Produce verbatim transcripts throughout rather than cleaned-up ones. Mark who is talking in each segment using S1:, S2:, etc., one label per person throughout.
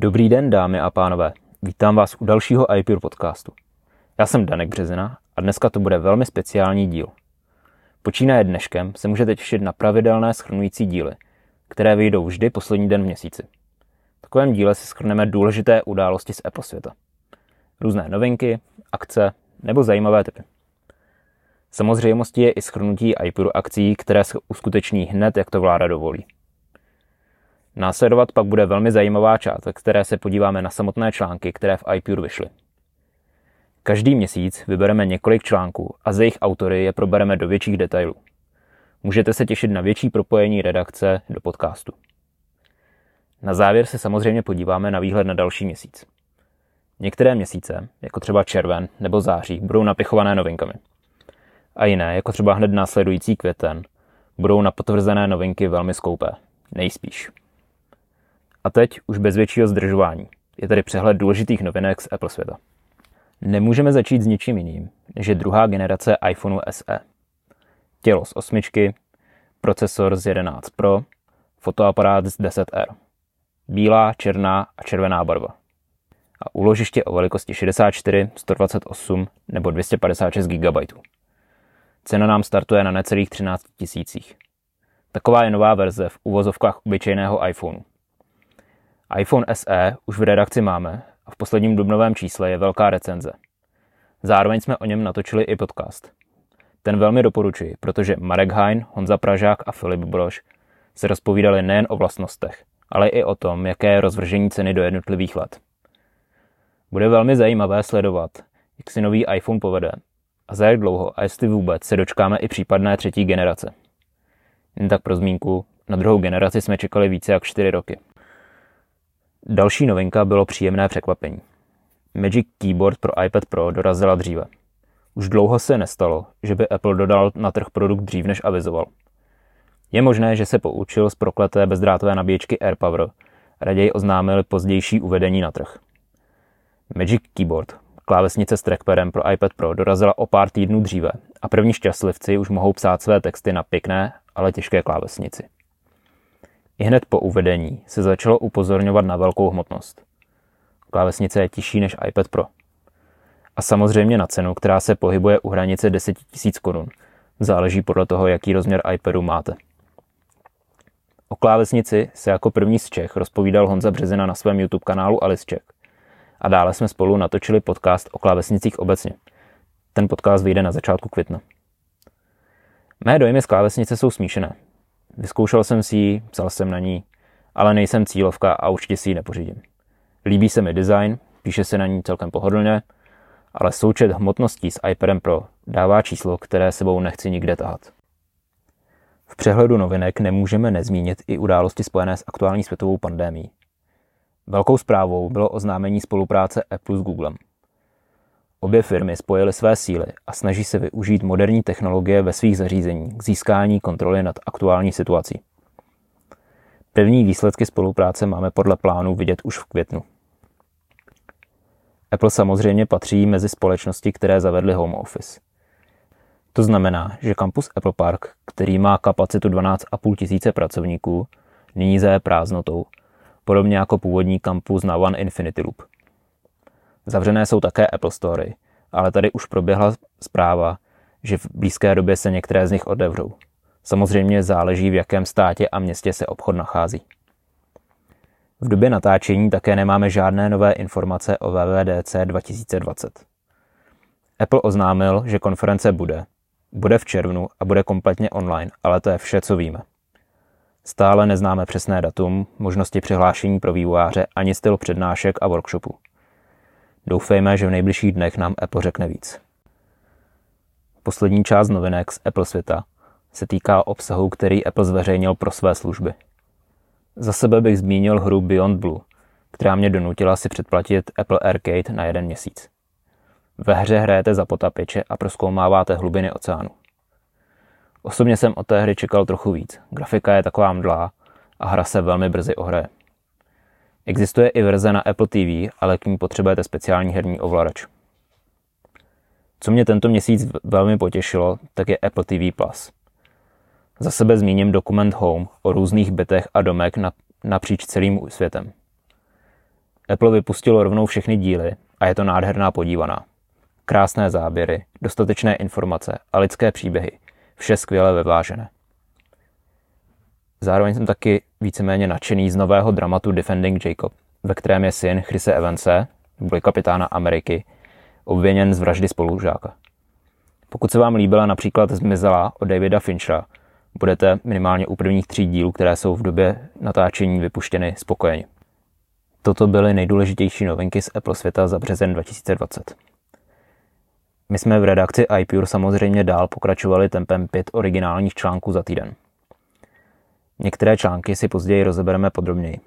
S1: Dobrý den, dámy a pánové. Vítám vás u dalšího iPure podcastu. Já jsem Danek Březina a dneska to bude velmi speciální díl. Počínaje dneškem se můžete těšit na pravidelné shrnující díly, které vyjdou vždy poslední den v měsíci. V takovém díle si shrneme důležité události z Apple světa. Různé novinky, akce nebo zajímavé tipy. Samozřejmostí je i shrnutí iPure akcí, které se uskuteční hned, jak to vláda dovolí. Následovat pak bude velmi zajímavá část, ve které se podíváme na samotné články, které v iPure vyšly. Každý měsíc vybereme několik článků a z jejich autory je probereme do větších detailů. Můžete se těšit na větší propojení redakce do podcastu. Na závěr se samozřejmě podíváme na výhled na další měsíc. Některé měsíce, jako třeba červen nebo září, budou napichované novinkami. A jiné, jako třeba hned následující květen, budou na potvrzené novinky velmi skoupé. Nejspíš. A teď už bez většího zdržování. Je tady přehled důležitých novinek z Apple světa. Nemůžeme začít s ničím jiným, než je druhá generace iPhoneu S E. Tělo z osmičky, procesor z jedenáct Pro, fotoaparát z deset R. Bílá, černá a červená barva. A úložiště o velikosti šedesát čtyři, sto dvacet osm nebo dvě stě padesát šest gigabajtů. Cena nám startuje na necelých třináct tisících. Taková je nová verze v uvozovkách obyčejného iPhoneu. iPhone S E už v redakci máme a v posledním dubnovém čísle je velká recenze. Zároveň jsme o něm natočili i podcast. Ten velmi doporučuji, protože Marek Hein, Honza Pražák a Filip Brož se rozpovídali nejen o vlastnostech, ale i o tom, jaké je rozvržení ceny do jednotlivých let. Bude velmi zajímavé sledovat, jak si nový iPhone povede a za jak dlouho a jestli vůbec se dočkáme i případné třetí generace. Jen tak pro zmínku, na druhou generaci jsme čekali více jak čtyři roky. Další novinka bylo příjemné překvapení. Magic Keyboard pro iPad Pro dorazila dříve. Už dlouho se nestalo, že by Apple dodal na trh produkt dřív, než avizoval. Je možné, že se poučil z prokleté bezdrátové nabíječky AirPower a raději oznámili pozdější uvedení na trh. Magic Keyboard, klávesnice s trackpadem pro iPad Pro, dorazila o pár týdnů dříve a první šťastlivci už mohou psát své texty na pěkné, ale těžké klávesnici. I hned po uvedení se začalo upozorňovat na velkou hmotnost. Klávesnice je těžší než iPad Pro. A samozřejmě na cenu, která se pohybuje u hranice deset tisíc korun. Záleží podle toho, jaký rozměr iPadu máte. O klávesnici se jako první z Čech rozpovídal Honza Březina na svém YouTube kanálu Alice Czech. A dále jsme spolu natočili podcast o klávesnicích obecně. Ten podcast vyjde na začátku května. Mé dojmy z klávesnice jsou smíšené. Vyzkoušel jsem si ji, psal jsem na ní, ale nejsem cílovka a určitě si ji nepořídím. Líbí se mi design, píše se na ní celkem pohodlně, ale součet hmotností s iPadem Pro dává číslo, které sebou nechci nikde tahat. V přehledu novinek nemůžeme nezmínit i události spojené s aktuální světovou pandemií. Velkou zprávou bylo oznámení spolupráce Apple s Googlem. Obě firmy spojily své síly a snaží se využít moderní technologie ve svých zařízeních k získání kontroly nad aktuální situací. První výsledky spolupráce máme podle plánu vidět už v květnu. Apple samozřejmě patří mezi společnosti, které zavedly home office. To znamená, že kampus Apple Park, který má kapacitu dvanáct a půl tisíce pracovníků, nyní zaje prázdnotou, podobně jako původní kampus na One Infinity Loop. Zavřené jsou také Apple Story, ale tady už proběhla zpráva, že v blízké době se některé z nich otevřou. Samozřejmě záleží, v jakém státě a městě se obchod nachází. V době natáčení také nemáme žádné nové informace o W W D C dva tisíce dvacet. Apple oznámil, že konference bude. Bude v červnu a bude kompletně online, ale to je vše, co víme. Stále neznáme přesné datum, možnosti přihlášení pro vývojáře ani styl přednášek a workshopů. Doufejme, že v nejbližších dnech nám Apple řekne víc. Poslední část novinek z Apple světa se týká obsahu, který Apple zveřejnil pro své služby. Za sebe bych zmínil hru Beyond Blue, která mě donutila si předplatit Apple Arcade na jeden měsíc. Ve hře hrajete za potapiče a prozkoumáváte hlubiny oceánu. Osobně jsem od té hry čekal trochu víc. Grafika je taková mdlá a hra se velmi brzy ohraje. Existuje i verze na Apple T V, ale k ní potřebujete speciální herní ovladač. Co mě tento měsíc velmi potěšilo, tak je Apple T V plus. Za sebe zmíním dokument Home o různých bytech a domech napříč celým světem. Apple vypustilo rovnou všechny díly a je to nádherná podívaná. Krásné záběry, dostatečné informace a lidské příběhy. Vše skvěle vyvážené. Zároveň jsem taky víceméně nadšený z nového dramatu Defending Jacob, ve kterém je syn Chrise Evanse, neboli kapitána Ameriky, obviněn z vraždy spolužáka. Pokud se vám líbila například Zmizela od Davida Finchera, budete minimálně u prvních tří dílů, které jsou v době natáčení vypuštěny, spokojeni. Toto byly nejdůležitější novinky z Apple světa za březen dva tisíce dvacet. My jsme v redakci iPure samozřejmě dál pokračovali tempem pět originálních článků za týden. Některé články si později rozebereme podrobněji.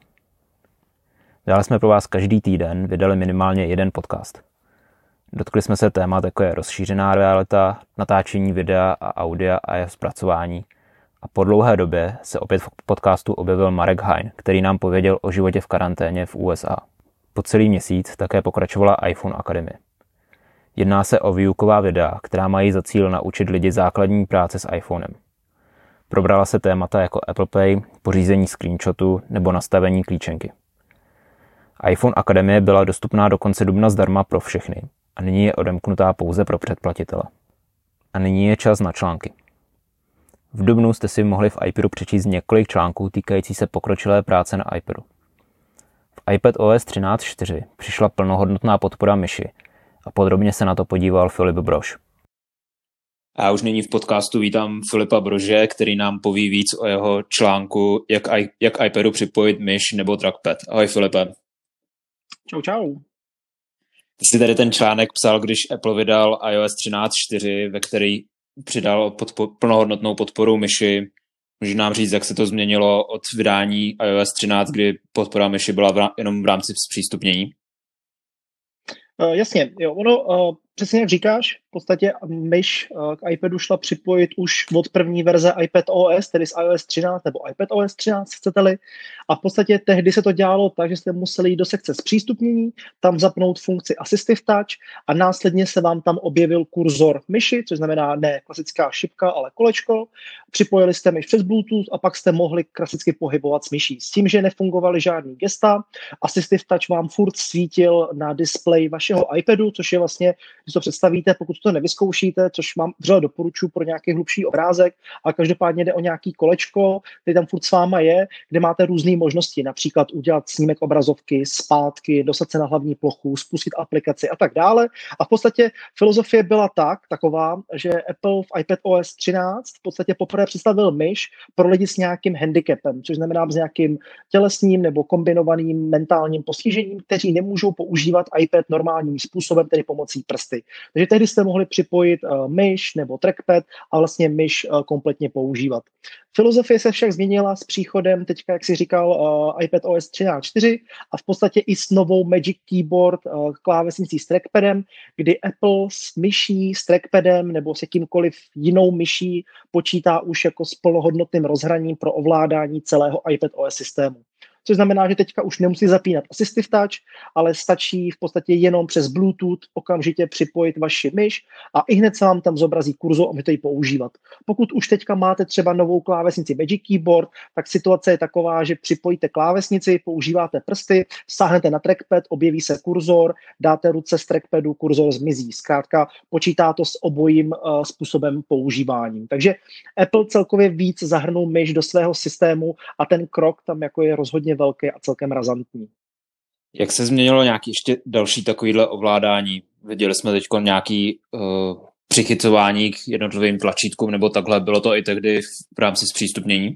S1: Dále jsme pro vás každý týden vydali minimálně jeden podcast. Dotkli jsme se témat, jako je rozšířená realita, natáčení videa a audia a jeho zpracování. A po dlouhé době se opět v podcastu objevil Marek Hein, který nám pověděl o životě v karanténě v U S A. Po celý měsíc také pokračovala iPhone Academy. Jedná se o výuková videa, která mají za cíl naučit lidi základní práce s iPhonem. Probrala se témata jako Apple Pay, pořízení screenshotu nebo nastavení klíčenky. iPhone Academy byla dostupná do konce dubna zdarma pro všechny a nyní je odemknutá pouze pro předplatitele. A nyní je čas na články. V dubnu jste si mohli v iPadu přečíst několik článků týkající se pokročilé práce na iPadu. V iPadOS třináct tečka čtyři přišla plnohodnotná podpora myši a podrobně se na to podíval Filip Brož. A už nyní v podcastu vítám Filipa Brože, který nám poví víc o jeho článku, jak, i, jak iPadu připojit myš nebo trackpad. Ahoj Filipe.
S2: Čau, čau.
S1: Ty jsi tady ten článek psal, když Apple vydal iOS třináct tečka čtyři, ve který přidal podpo- plnohodnotnou podporu myši. Můžeš nám říct, jak se to změnilo od vydání iOS třináct, kdy podpora myši byla v rá- jenom v rámci zpřístupnění?
S2: Uh, jasně, jo, ono, uh, přesně jak říkáš, v podstatě myš uh, k iPadu šla připojit už od první verze iPadOS, tedy z iOS třináct nebo iPadOS třináct, chcete-li. A v podstatě tehdy se to dělalo tak, že jste museli jít do sekce zpřístupnění, tam zapnout funkci Assistive Touch a následně se vám tam objevil kurzor myši, což znamená ne klasická šipka, ale kolečko. Připojili jste myš přes Bluetooth a pak jste mohli klasicky pohybovat s myší. S tím, že nefungovaly žádný gesta, Assistive Touch vám furt svítil na displeji vašeho iPadu, což je vlastně, když to představíte, pokud to nevyzkoušíte, což mám vřele doporučuji pro nějaký hlubší obrázek, a každopádně jde o nějaký kolečko, který tam furt s váma je, kde máte různé možnosti, například udělat snímek obrazovky, zpátky, dostat se na hlavní plochu, spustit aplikaci a tak dále. A v podstatě filozofie byla tak, taková, že Apple v iPadOS třináct v podstatě poprvé představil myš pro lidi s nějakým handicapem, což znamená s nějakým tělesným nebo kombinovaným mentálním postižením, kteří nemůžou používat iPad normálním způsobem, tedy pomocí prsty. Takže tehdy jste mohli připojit uh, myš nebo trackpad a vlastně myš uh, kompletně používat. Filozofie se však změnila s příchodem, teďka, jak si říkal, uh, iPadOS třináct tečka čtyři a v podstatě i s novou Magic Keyboard uh, klávesnicí s trackpadem, kdy Apple s myší, s trackpadem nebo s jakýmkoliv jinou myší počítá už jako s plnohodnotným rozhraním pro ovládání celého iPadOS systému. Což znamená, že teďka už nemusí zapínat Assistive Touch, ale stačí v podstatě jenom přes Bluetooth okamžitě připojit vaši myš a i hned se vám tam zobrazí kurzor a můžete ji používat. Pokud už teďka máte třeba novou klávesnici Magic Keyboard, tak situace je taková, že připojíte klávesnici, používáte prsty, sáhnete na trackpad, objeví se kurzor, dáte ruce z trackpadu, kurzor zmizí. Zkrátka počítá to s obojím uh, způsobem používáním. Takže Apple celkově víc zahrnul myš do svého systému a ten krok tam jako je rozhodně velký a celkem razantní.
S1: Jak se změnilo nějaký ještě další takovýhle ovládání? Viděli jsme teď nějaký uh, přichycování k jednotlivým tlačítkům, nebo takhle, bylo to i tehdy v rámci zpřístupnění?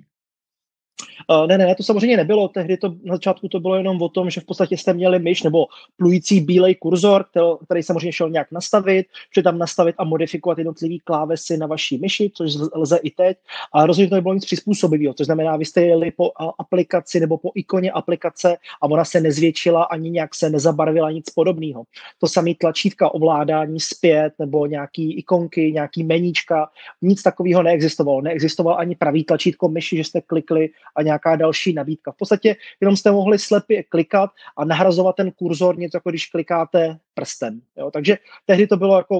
S2: Uh, ne, ne, to samozřejmě nebylo. Tehdy to na začátku to bylo jenom o tom, že v podstatě jste měli myš nebo plující bílej kurzor, který, který samozřejmě šel nějak nastavit, že tam nastavit a modifikovat jednotlivý klávesy na vaší myši, což lze i teď. A rozhodně to nebylo nic přizpůsobivého, což znamená, vy jste jeli po aplikaci nebo po ikoně aplikace a ona se nezvětšila ani nějak se nezabarvila, nic podobného. To samé tlačítka ovládání zpět nebo nějaký ikonky, nějaký meníčka, nic takového neexistovalo. Neexistoval ani pravý tlačítko myši, že jste klikli a nějaká další nabídka. V podstatě jenom jste mohli slepě klikat a nahrazovat ten kurzor něco, jako když klikáte prstem. Jo? Takže tehdy to bylo jako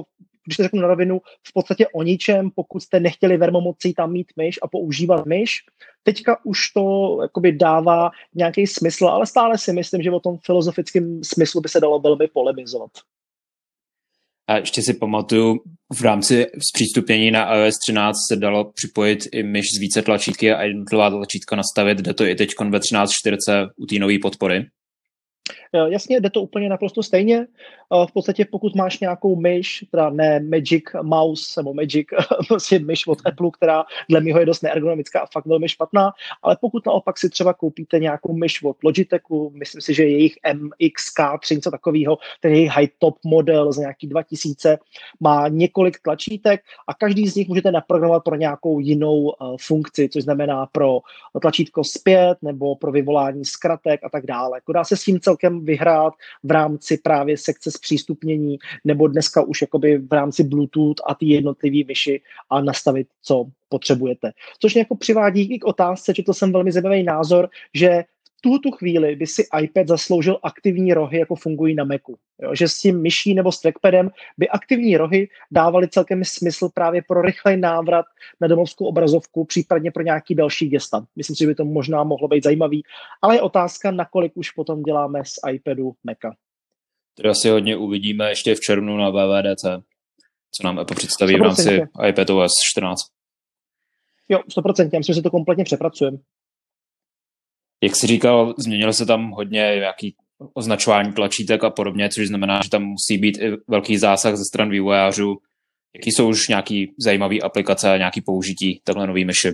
S2: když to řeknu na rovinu, v podstatě o ničem, pokud jste nechtěli vermomocí tam mít myš a používat myš. Teďka už to jakoby dává nějaký smysl, ale stále si myslím, že o tom filozofickém smyslu by se dalo velmi polemizovat.
S1: A ještě si pamatuju, v rámci zpřístupnění na iOS třináct se dalo připojit i myš z více tlačítky a jednotlivá tlačítka nastavit, jde to i teď ve třináct čtyři u té nové podpory.
S2: Jasně, jde to úplně naprosto stejně. V podstatě pokud máš nějakou myš, teda ne Magic Mouse nebo Magic, prostě myš od Apple, která dle mého je dost neergonomická a fakt velmi špatná, ale pokud naopak si třeba koupíte nějakou myš od Logitechu, myslím si, že jejich M X K tři, něco takového, ten jejich high top model za nějaký dva tisíce, má několik tlačítek a každý z nich můžete naprogramovat pro nějakou jinou uh, funkci, což znamená pro tlačítko zpět nebo pro vyvolání zkratek a tak dále. Dá se s tím celkem vyhrát v rámci právě sekce zpřístupnění nebo dneska už jakoby v rámci Bluetooth a ty jednotlivý myši a nastavit, co potřebujete. Což mě jako přivádí i k otázce, že to jsem velmi zajímavý názor, že v tuto chvíli by si iPad zasloužil aktivní rohy, jako fungují na Macu. Jo? Že s tím myší nebo s trackpadem by aktivní rohy dávaly celkem smysl právě pro rychlej návrat na domovskou obrazovku, případně pro nějaký další gesta. Myslím si, že by to možná mohlo být zajímavý, ale je otázka, nakolik už potom děláme z iPadu Maca.
S1: Teda si hodně uvidíme ještě v červnu na W W D C, co nám Apple představí v rámci iPadOS čtrnáct.
S2: Jo, sto procent, já myslím, že to kompletně přepracujeme.
S1: Jak jsi říkal, změnilo se tam hodně nějaký označování tlačítek a podobně, což znamená, že tam musí být i velký zásah ze stran vývojářů. Jaký jsou už nějaký zajímavé aplikace a nějaký použití takhle nový myši?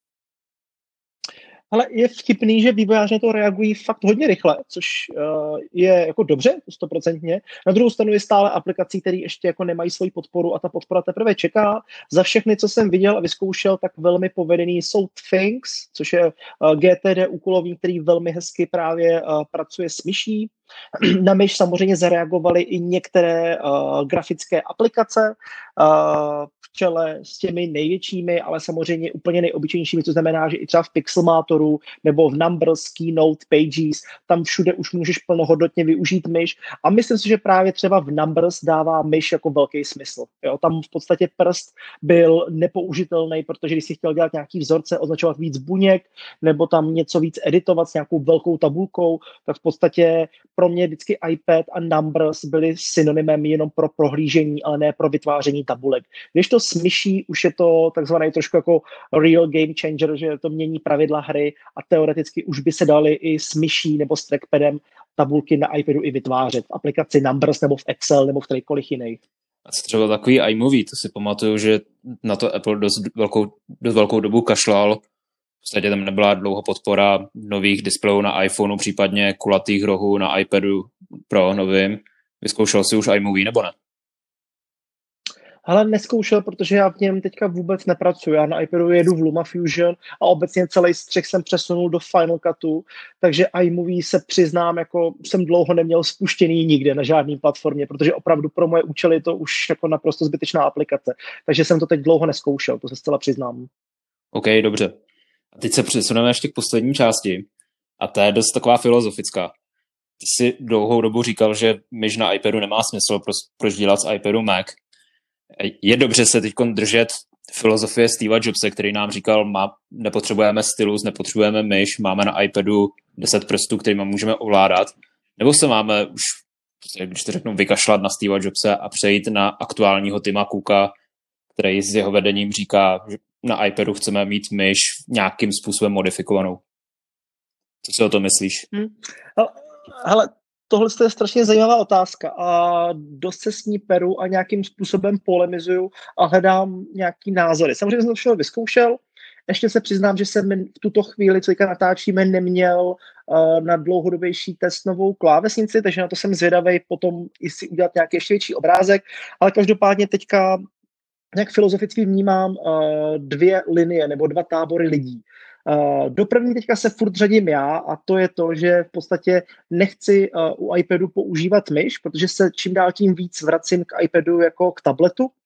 S2: Ale je vtipný, že vývojáři na to reagují fakt hodně rychle, což uh, je jako dobře, stoprocentně. Na druhou stranu je stále aplikací, které ještě jako nemají svoji podporu a ta podpora teprve čeká. Za všechny, co jsem viděl a vyzkoušel, tak velmi povedený jsou Things, což je uh, G T D úkolovník, který velmi hezky právě uh, pracuje s myší. Na myš samozřejmě zareagovaly i některé uh, grafické aplikace uh, v čele s těmi největšími, ale samozřejmě úplně nejobyčejnějšími, co znamená, že i třeba v Pixelmatoru nebo v Numbers, Keynote, Pages, tam všude už můžeš plnohodnotně využít myš a myslím si, že právě třeba v Numbers dává myš jako velký smysl. Jo, tam v podstatě prst byl nepoužitelný, protože když si chtěl dělat nějaký vzorce, označovat víc buněk nebo tam něco víc editovat s nějakou velkou tabulkou, tak v podstatě pro mě vždycky iPad a Numbers byly synonymem jenom pro prohlížení, ale ne pro vytváření tabulek. Když to s myší, už je to takzvaný trošku jako real game changer, že to mění pravidla hry a teoreticky už by se daly i s myší nebo s trackpadem tabulky na iPadu i vytvářet v aplikaci Numbers nebo v Excel nebo v kterýkoliv jiný.
S1: A co třeba takový iMovie, to si pamatuju, že na to Apple dost velkou, dost velkou dobu kašlal. V podstatě tam nebyla dlouho podpora nových displejů na iPhoneu, případně kulatých rohů na iPadu Pro novým. Vyzkoušel jsi už iMovie nebo ne?
S2: Ale neskoušel, protože já v něm teďka vůbec nepracuji. Já na iPadu jedu v LumaFusion a obecně celý střih jsem přesunul do Final Cutu, takže iMovie se přiznám, jako jsem dlouho neměl spuštěný nikde na žádné platformě, protože opravdu pro moje účely to už jako naprosto zbytečná aplikace. Takže jsem to teď dlouho neskoušel, to se zcela přiznám.
S1: OK, dobře. A teď se přesuneme ještě k poslední části a ta je dost taková filozofická. Ty jsi dlouhou dobu říkal, že myš na iPadu nemá smysl, proč dělat z iPadu Mac. Je dobře se teď držet filozofie Steva Jobse, který nám říkal, má, nepotřebujeme stylus, nepotřebujeme myš, máme na iPadu deset prstů, kterými můžeme ovládat, nebo se máme už, když to řeknu, vykašlat na Steva Jobse a přejít na aktuálního Tima Cooka, který s jeho vedením říká, že na iPadu chceme mít myš nějakým způsobem modifikovanou. Co si o to myslíš?
S2: Hmm. Hele, tohle je strašně zajímavá otázka a dost se s ní peru a nějakým způsobem polemizuju a hledám nějaký názory. Samozřejmě jsem to všechno vyzkoušel, ještě se přiznám, že jsem v tuto chvíli, co teďka natáčíme, neměl uh, na dlouhodobější test novou klávesnici, takže na to jsem zvědavej potom i si udělat nějaký ještě větší obrázek, ale každopádně teďka nějak filozoficky vnímám uh, dvě linie nebo dva tábory lidí. Uh, do první teďka se furt řadím já a to je to, že v podstatě nechci uh, u iPadu používat myš, protože se čím dál tím víc vracím k iPadu jako k tabletu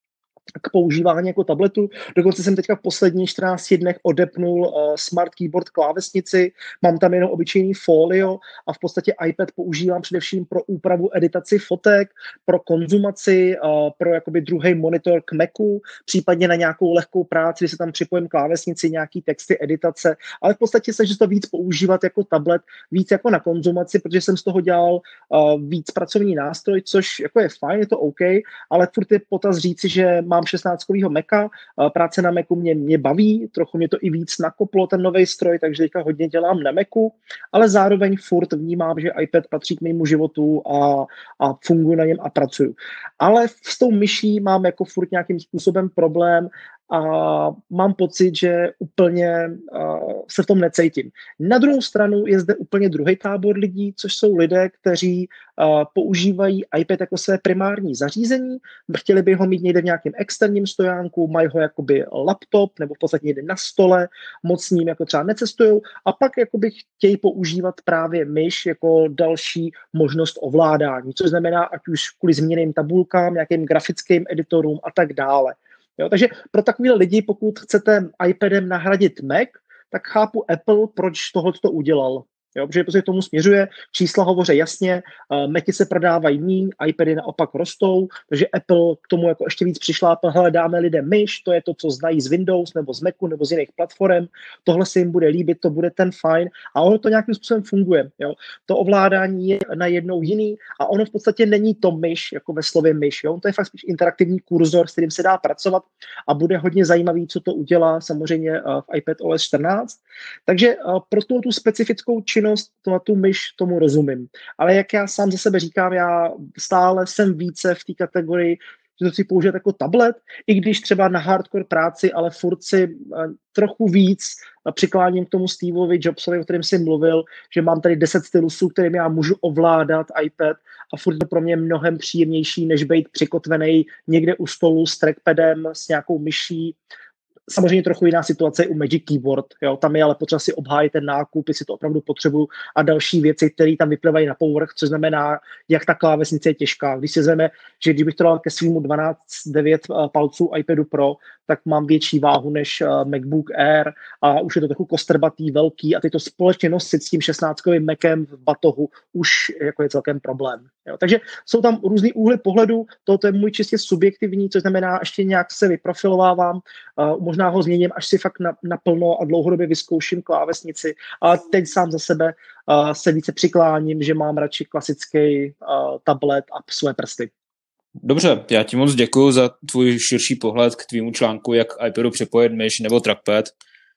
S2: k používání jako tabletu. Dokonce jsem teďka v posledních čtrnácti dnech odepnul uh, smart keyboard klávesnici, mám tam jenom obyčejný folio a v podstatě iPad používám především pro úpravu editaci fotek, pro konzumaci, uh, pro jakoby druhý monitor k Macu, případně na nějakou lehkou práci, kdy se tam připojím klávesnici, nějaký texty, editace, ale v podstatě se to víc používat jako tablet, víc jako na konzumaci, protože jsem z toho dělal uh, víc pracovní nástroj, což jako je fajn, je to OK, ale furt je potaz říci, že mám šestnáctkovýho Maca, práce na Macu mě, mě baví, trochu mě to i víc nakoplo ten nový stroj, takže teďka hodně dělám na Macu, ale zároveň furt vnímám, že iPad patří k mému životu a, a funguji na něm a pracuju. Ale s tou myší mám jako furt nějakým způsobem problém a mám pocit, že úplně uh, se v tom necítím. Na druhou stranu je zde úplně druhý tábor lidí, což jsou lidé, kteří uh, používají iPad jako své primární zařízení, chtěli by ho mít někde v nějakém externím stojánku, mají ho jakoby laptop nebo v podstatě někde na stole, moc s ním jako třeba necestujou a pak jakoby chtějí používat právě myš jako další možnost ovládání, což znamená ať už kvůli změněným tabulkám, nějakým grafickým editorům a tak dále. Jo, takže pro takové lidi, pokud chcete iPadem nahradit Mac, tak chápu Apple, proč tohleto udělal. Jo, protože prostě k tomu směřuje, čísla hovoří jasně, uh, Macy se prodávají míň, iPady naopak rostou, takže Apple k tomu jako ještě víc přišlápl, hele, dáme lidem myš, to je to, co znají z Windows nebo z Macu nebo z jiných platform, tohle se jim bude líbit, to bude ten fajn a ono to nějakým způsobem funguje. Jo. To ovládání je najednou jiný a ono v podstatě není to myš, jako ve slově myš, jo. To je fakt spíš interaktivní kurzor, s kterým se dá pracovat a bude hodně zajímavý, co to udělá samozřejmě uh, v iPadOS čtrnáct. Takže uh, pro tu, tu specifickou činnost to na tu myš tomu rozumím. Ale jak já sám za sebe říkám, já stále jsem více v té kategorii, že to chci použít jako tablet, i když třeba na hardcore práci, ale furt si trochu víc přikláním k tomu Steveovi Jobsovi, o kterém jsem mluvil, že mám tady deset stylusů, kterým já můžu ovládat iPad a furt to pro mě mnohem příjemnější, než být přikotvený někde u stolu s trackpadem, s nějakou myší. Samozřejmě trochu jiná situace u Magic Keyboard, jo? Tam je ale potřeba si obhájit ten nákup, jestli to opravdu potřebuju a další věci, které tam vyplývají na povrch, což znamená, jak ta klávesnice je těžká. Když si vezmeme, že kdybych to dal ke svýmu dvanáct devět palců iPadu Pro, tak mám větší váhu než MacBook Air a už je to trochu kostrbatý, velký a ty to společně nosit s tím šestnáctkovým Macem v batohu už jako je celkem problém. Jo? Takže jsou tam různý úhly pohledu, toto je můj čistě subjektivní, což znamená, ještě nějak se vyprofilovávám, uh, možná ho změním, až si fakt na, naplno a dlouhodobě vyzkouším klávesnici, ale teď sám za sebe uh, se více přikláním, že mám radši klasický uh, tablet a své prsty.
S1: Dobře, já ti moc děkuju za tvůj širší pohled k tvýmu článku, jak iPadu připojit myš nebo trackpad.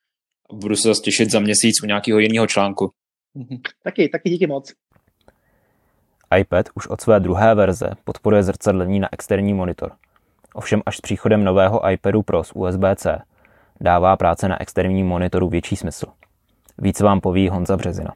S1: Budu se zase těšit za měsíc u nějakého jiného článku.
S2: Taky, taky díky moc.
S1: iPad už od své druhé verze podporuje zrcadlení na externí monitor. Ovšem až s příchodem nového iPadu Pro s U S B C dává práce na externím monitoru větší smysl. Víc vám poví Honza Březina.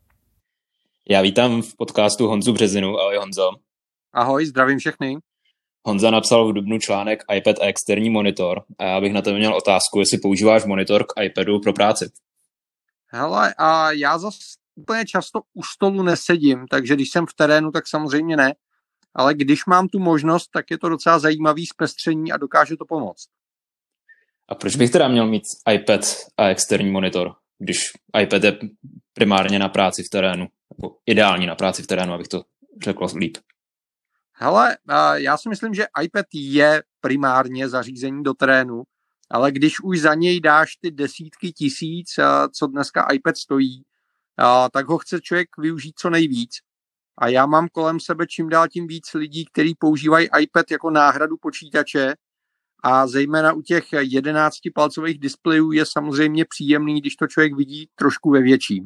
S1: Já vítám v podcastu Honzu Březinu. Ahoj Honzo.
S3: Ahoj, zdravím všechny.
S1: Honza napsal v dubnu článek iPad a externí monitor a já bych na tebe měl otázku, jestli používáš monitor k iPadu pro práci.
S3: Hele, a já zase úplně často u stolu nesedím, takže když jsem v terénu, tak samozřejmě ne, ale když mám tu možnost, tak je to docela zajímavý zpestření a dokáže to pomoct.
S1: A proč bych teda měl mít iPad a externí monitor, když iPad je primárně na práci v terénu, nebo ideální na práci v terénu, abych to řekl líp?
S3: Hele, já si myslím, že iPad je primárně zařízení do terénu, ale když už za něj dáš ty desítky tisíc, co dneska iPad stojí, tak ho chce člověk využít co nejvíc. A já mám kolem sebe čím dál tím víc lidí, kteří používají iPad jako náhradu počítače a zejména u těch jedenáctipalcových displejů je samozřejmě příjemný, když to člověk vidí trošku ve větším.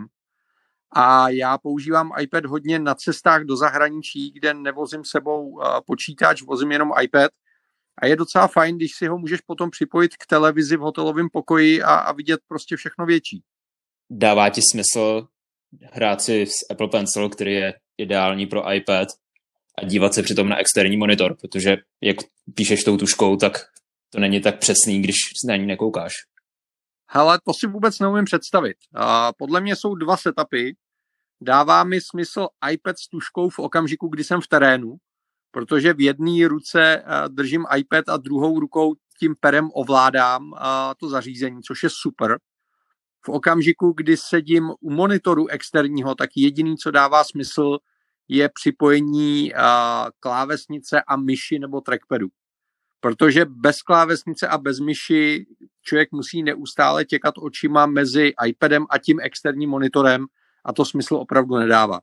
S3: A já používám iPad hodně na cestách do zahraničí, kde nevozím sebou počítač, vozím jenom iPad. A je docela fajn, když si ho můžeš potom připojit k televizi v hotelovém pokoji a, a vidět prostě všechno větší.
S1: Dává ti smysl hrát si s Apple Pencil, který je ideální pro iPad, a dívat se přitom na externí monitor, protože jak píšeš tou tuškou, tak to není tak přesný, když na ní nekoukáš.
S3: Hele, to si vůbec neumím představit. A podle mě jsou dva setupy. Dává mi smysl iPad s tuškou v okamžiku, kdy jsem v terénu, protože v jedné ruce držím iPad a druhou rukou tím perem ovládám a, to zařízení, což je super. V okamžiku, kdy sedím u monitoru externího, tak jediný, co dává smysl, je připojení a, klávesnice a myši nebo trackpadu. Protože bez klávesnice a bez myši člověk musí neustále těkat očima mezi iPadem a tím externím monitorem a to smysl opravdu nedává.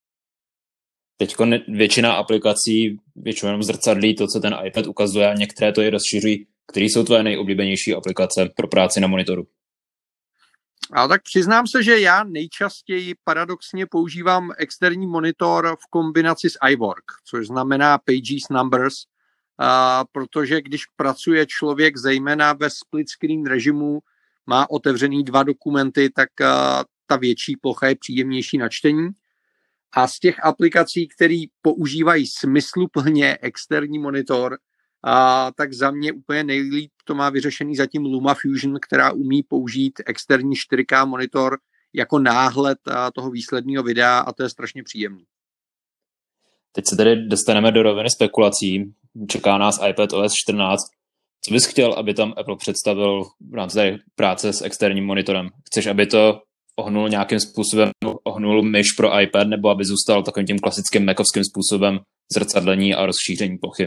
S1: Teď většina aplikací většinou jenom zrcadlí to, co ten iPad ukazuje a některé to i rozšiřují. Které jsou tvoje nejoblíbenější aplikace pro práci na monitoru?
S3: Ale tak přiznám se, že já nejčastěji paradoxně používám externí monitor v kombinaci s iWork, což znamená Pages, Numbers, a protože když pracuje člověk zejména ve split screen režimu, má otevřený dva dokumenty, tak ta větší plocha je příjemnější na čtení. A z těch aplikací, které používají smysluplně externí monitor, a tak za mě úplně nejlíp to má vyřešený zatím LumaFusion, která umí použít externí čtyři ká monitor jako náhled toho výsledného videa a to je strašně příjemný.
S1: Teď se tedy dostaneme do roviny spekulací. Čeká nás iPadOS čtrnáct. Co bys chtěl, aby tam Apple představil v rámci práce s externím monitorem? Chceš, aby to ohnul nějakým způsobem, ohnul myš pro iPad, nebo aby zůstal takovým tím klasickým macovským způsobem zrcadlení a rozšíření plochy?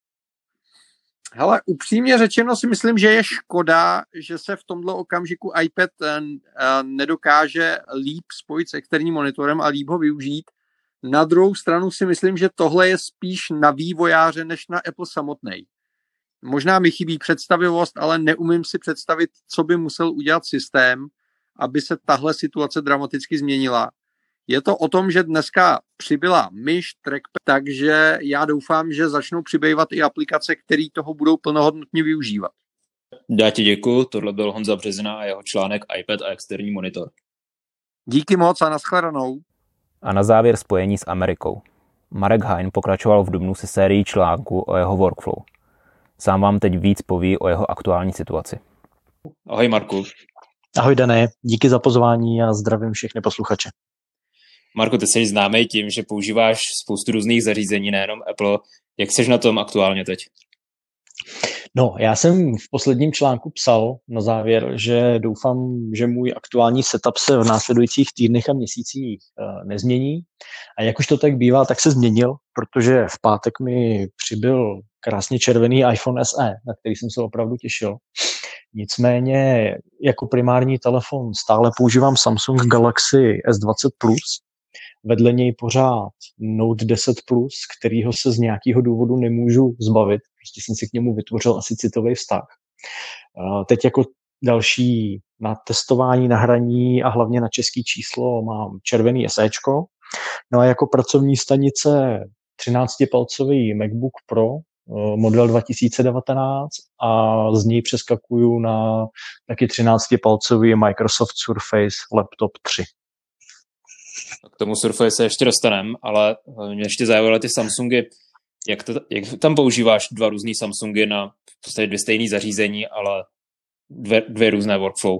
S3: Hele, upřímně řečeno si myslím, že je škoda, že se v tomto okamžiku iPad nedokáže líp spojit s externím monitorem a líp ho využít. Na druhou stranu si myslím, že tohle je spíš na vývojáře než na Apple samotný. Možná mi chybí představivost, ale neumím si představit, co by musel udělat systém, aby se tahle situace dramaticky změnila. Je to o tom, že dneska přibyla myš, trackpad, takže já doufám, že začnou přibývat i aplikace, které toho budou plnohodnotně využívat.
S1: Já ti děkuju, tohle byl Honza Březina a jeho článek iPad a externí monitor.
S3: Díky moc a nashledanou.
S1: A na závěr spojení s Amerikou. Marek Hein pokračoval v dubnu se sérií článků o jeho workflow. Sám vám teď víc poví o jeho aktuální situaci. Ahoj Marku.
S4: Ahoj Dané, díky za pozvání a zdravím všechny posluchače.
S1: Marku, ty jsi známý tím, že používáš spoustu různých zařízení, nejenom Apple. Jak jsi na tom aktuálně teď?
S4: No, já jsem v posledním článku psal na závěr, že doufám, že můj aktuální setup se v následujících týdnech a měsících uh, nezmění. A jak už to tak bývá, tak se změnil, protože v pátek mi přibyl krásně červený iPhone S E, na který jsem se opravdu těšil. Nicméně jako primární telefon stále používám Samsung Galaxy S dvacet plus, vedle něj pořád Note deset plus, kterýho se z nějakého důvodu nemůžu zbavit. Prostě jsem si k němu vytvořil asi citový vztah. Teď jako další na testování, na hraní a hlavně na český číslo mám červený SEčko. No a jako pracovní stanice třináctipalcový MacBook Pro, model dva tisíce devatenáct a z něj přeskakuju na taky třináctipalcový Microsoft Surface Laptop tři.
S1: K tomu Surface se ještě dostaneme, ale mě ještě zajímaly ty Samsungy. Jak, to, jak tam používáš dva různý Samsungy na v podstatě dvě stejné zařízení, ale dvě, dvě různé workflow?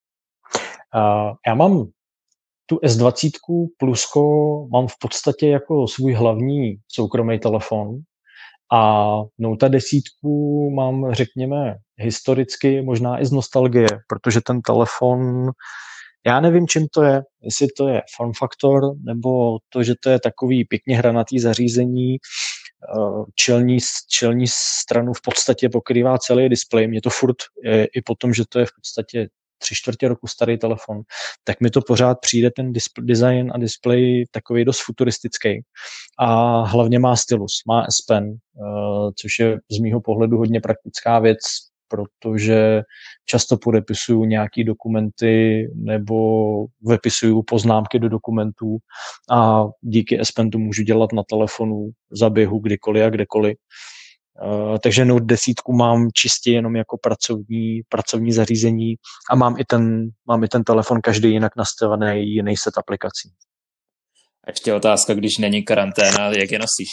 S4: Uh, já mám tu S dvacet plusko, mám v podstatě jako svůj hlavní soukromý telefon a Note deset mám, řekněme, historicky, možná i z nostalgie, protože ten telefon, já nevím, čím to je, jestli to je form factor, nebo to, že to je takový pěkně hranatý zařízení, čelní, čelní stranu v podstatě pokrývá celý displej. Mě to furt, i po tom, že to je v podstatě tři čtvrtě roku starý telefon, tak mi to pořád přijde ten display, design a displej takový dost futuristický. A hlavně má stylus, má S Pen, což je z mýho pohledu hodně praktická věc, protože často podepisuju nějaký dokumenty nebo vypisuju poznámky do dokumentů a díky S Pen to můžu dělat na telefonu za běhu kdykoliv a kdekoliv. Uh, takže Note deset mám čistě jenom jako pracovní, pracovní zařízení a mám i, ten, mám i ten telefon každý jinak nastavený, jiný set aplikací.
S1: A ještě otázka, když není karanténa, jak je nosíš?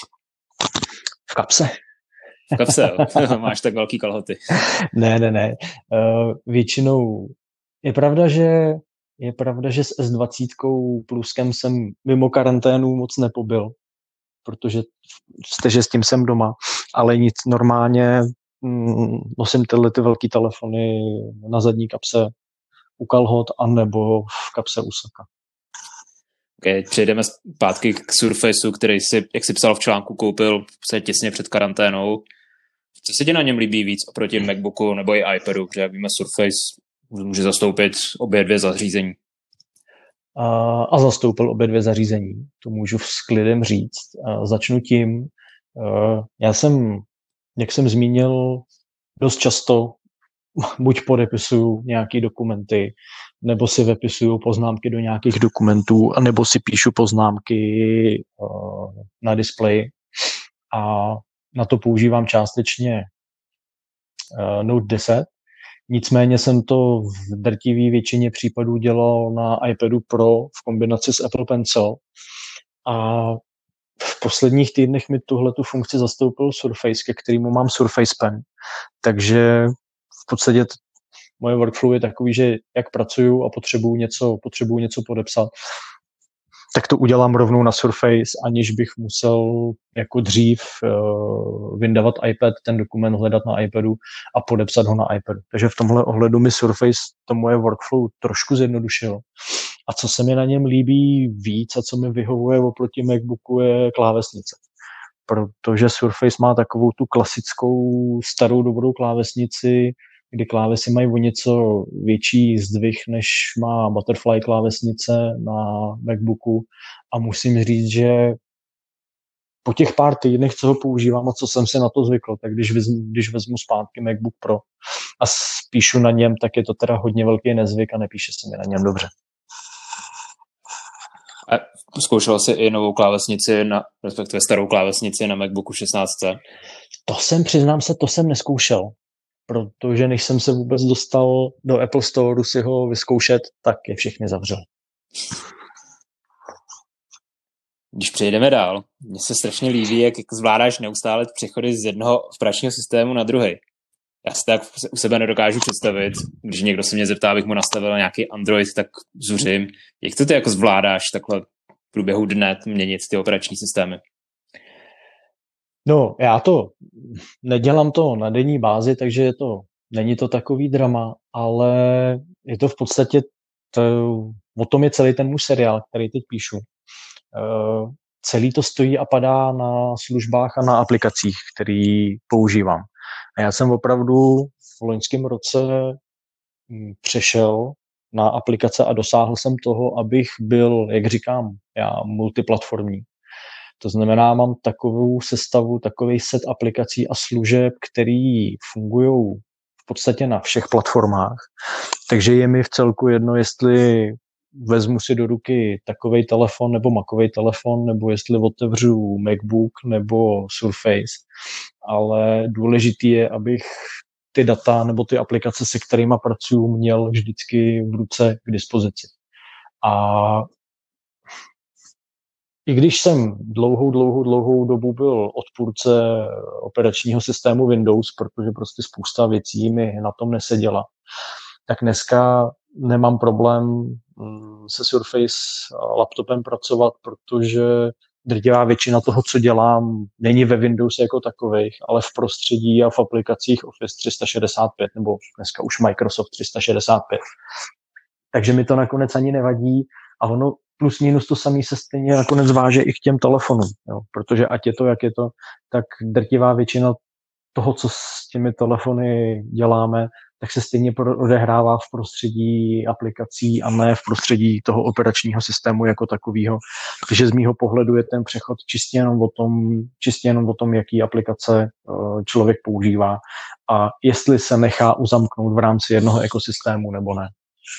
S4: V kapse.
S1: V kapse, jo? Máš tak velký kalhoty.
S4: Ne, ne, ne. Uh, většinou je pravda, že je pravda, že s S dvacet pluskem jsem mimo karanténu moc nepobyl, protože že s tím jsem doma, ale nic normálně nosím tyhle ty velký telefony na zadní kapse u kalhot anebo v kapse u saka.
S1: Okay, přejdeme zpátky k Surfaceu, který si, jak si psal v článku, koupil se těsně před karanténou. Co se ti na něm líbí víc oproti MacBooku nebo i iPadu? Protože jak víme, Surface může zastoupit obě dvě zařízení.
S4: A, a zastoupil obě dvě zařízení. To můžu s klidem říct. A začnu tím. Já jsem, jak jsem zmínil, dost často buď podepisuju nějaké dokumenty, nebo si vypisuju poznámky do nějakých dokumentů, nebo si píšu poznámky uh, na displeji. A na to používám částečně uh, Note deset. Nicméně jsem to v drtivé většině případů dělal na iPadu Pro v kombinaci s Apple Pencil. A v posledních týdnech mi tuhletu funkci zastoupil Surface, ke kterému mám Surface Pen. Takže v podstatě t- moje workflow je takový, že jak pracuju a potřebuju něco, potřebuju něco podepsat, tak to udělám rovnou na Surface, aniž bych musel jako dřív uh, vyndavat iPad, ten dokument hledat na iPadu a podepsat ho na iPadu. Takže v tomhle ohledu mi Surface to moje workflow trošku zjednodušil. A co se mi na něm líbí víc a co mi vyhovuje oproti MacBooku je klávesnice. Protože Surface má takovou tu klasickou starou dobrou klávesnici, kdy klávesy mají o něco větší zdvih, než má Butterfly klávesnice na MacBooku. A musím říct, že po těch pár týdnech, co ho používám a co jsem si na to zvykl, tak když vezmu, když vezmu zpátky MacBook Pro a spíšu na něm, tak je to teda hodně velký nezvyk a nepíše se mi na něm dobře.
S1: A zkoušel jsi i novou klávesnici, na, respektive starou klávesnici na MacBooku šestnáct?
S4: To jsem, přiznám se, to jsem neskoušel. Protože než jsem se vůbec dostal do Apple Store si ho vyzkoušet, tak je všechny zavřel.
S1: Když přejdeme dál, mně se strašně líbí, jak zvládáš neustále přechody z jednoho operačního systému na druhý. Já si tak u sebe nedokážu představit, když někdo se mě zeptá, abych mu nastavil nějaký Android, tak zuřím. Jak to ty jako zvládáš takhle v průběhu dne měnit ty operační systémy?
S4: No, já to nedělám to na denní bázi, takže je to, není to takový drama, ale je to v podstatě, to, o tom je celý ten můj seriál, který teď píšu. Uh, celý to stojí a padá na službách a na aplikacích, který používám. A já jsem opravdu v loňském roce přešel na aplikace a dosáhl jsem toho, abych byl, jak říkám, já multiplatformní. To znamená, mám takovou sestavu, takový set aplikací a služeb, který fungují v podstatě na všech platformách. Takže je mi v celku jedno, jestli vezmu si do ruky takovej telefon nebo Macovej telefon, nebo jestli otevřu MacBook nebo Surface. Ale důležitý je, abych ty data nebo ty aplikace, se kterými pracuju, měl vždycky v ruce k dispozici. A i když jsem dlouhou, dlouhou, dlouhou dobu byl odpůrce operačního systému Windows, protože prostě spousta věcí mi na tom neseděla, tak dneska nemám problém se Surface laptopem pracovat, protože drtivá většina toho, co dělám, není ve Windows jako takových, ale v prostředí a v aplikacích Office tři sta šedesát pět nebo dneska už Microsoft tři sta šedesát pět. Takže mi to nakonec ani nevadí a ono plus minus to samý se stejně nakonec váže i k těm telefonům, jo? Protože ať je to, jak je to, tak drtivá většina toho, co s těmi telefony děláme, tak se stejně odehrává v prostředí aplikací a ne v prostředí toho operačního systému jako takového. Takže z mýho pohledu je ten přechod čistě jenom o tom, čistě jenom o tom, jaký aplikace člověk používá a jestli se nechá uzamknout v rámci jednoho ekosystému nebo ne.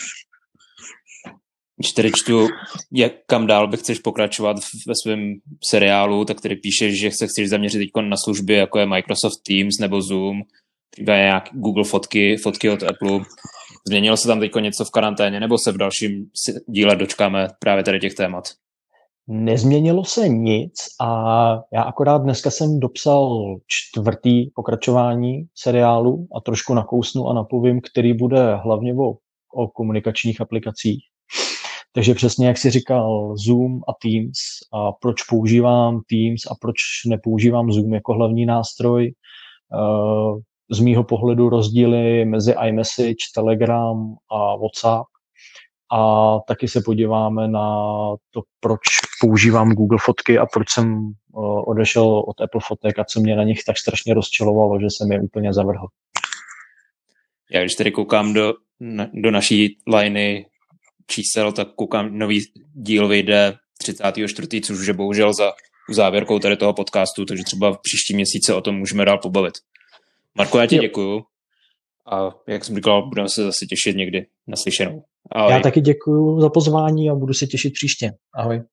S1: Když tedy čtu, jak kam dál bych chceš pokračovat ve svém seriálu, tak tedy píšeš, že se chceš zaměřit teď na služby, jako je Microsoft Teams nebo Zoom, třeba nějak Google fotky, fotky od Apple. Změnilo se tam teď něco v karanténě, nebo se v dalším díle dočkáme právě tady těch témat?
S4: Nezměnilo se nic a já akorát dneska jsem dopsal čtvrtý pokračování seriálu a trošku nakousnu a napovím, který bude hlavně o, o komunikačních aplikacích. Takže přesně jak jsi říkal, Zoom a Teams a proč používám Teams a proč nepoužívám Zoom jako hlavní nástroj. z mýho pohledu rozdíly mezi iMessage, Telegram a WhatsApp. A taky se podíváme na to, proč používám Google fotky a proč jsem odešel od Apple fotek a co mě na nich tak strašně rozčilovalo, že jsem je úplně zavrhl.
S1: Já když tady koukám do, na, do naší liney čísel, tak koukám, nový díl vyjde třicátého čtvrtého což už je bohužel za závěrkou tady toho podcastu, takže třeba v příští měsíce o tom můžeme dál pobavit. Marko, já ti děkuju a jak jsem říkal, budeme se zase těšit někdy na slyšenou. Ahoj.
S4: Já taky děkuju za pozvání a budu se těšit příště. Ahoj.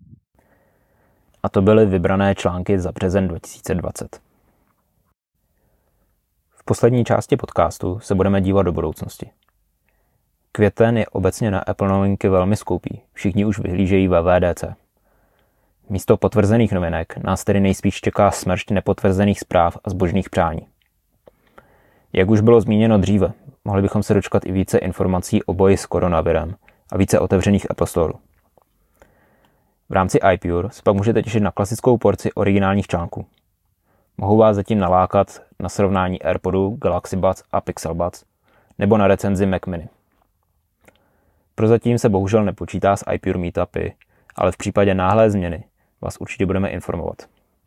S1: A to byly vybrané články za březen dva tisíce dvacet. V poslední části podcastu se budeme dívat do budoucnosti. Květen je obecně na Apple novinky velmi skoupý, všichni už vyhlížejí ve V D C. Místo potvrzených novinek nás tedy nejspíš čeká smršť nepotvrzených zpráv a zbožných přání. Jak už bylo zmíněno dříve, mohli bychom se dočkat i více informací o boji s koronavirem a více otevřených Apple Store. V rámci iPure se pak můžete těšit na klasickou porci originálních článků. Mohou vás zatím nalákat na srovnání AirPodu, Galaxy Buds a Pixel Buds nebo na recenzi Mac Mini. Prozatím se bohužel nepočítá s iPure meetupy, ale v případě náhlé změny vás určitě budeme informovat.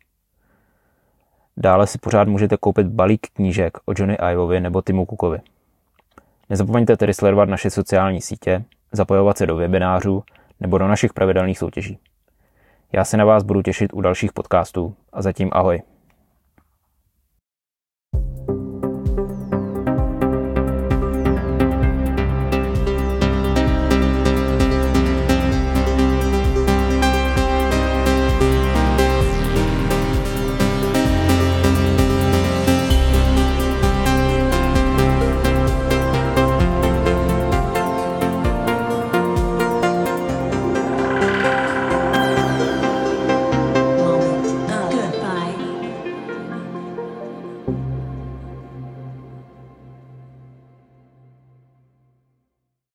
S1: Dále si pořád můžete koupit balík knížek o Johnny Ivovi nebo Timu Cookovi. Nezapomeňte tedy sledovat naše sociální sítě, zapojovat se do webinářů nebo do našich pravidelných soutěží. Já se na vás budu těšit u dalších podcastů a zatím ahoj.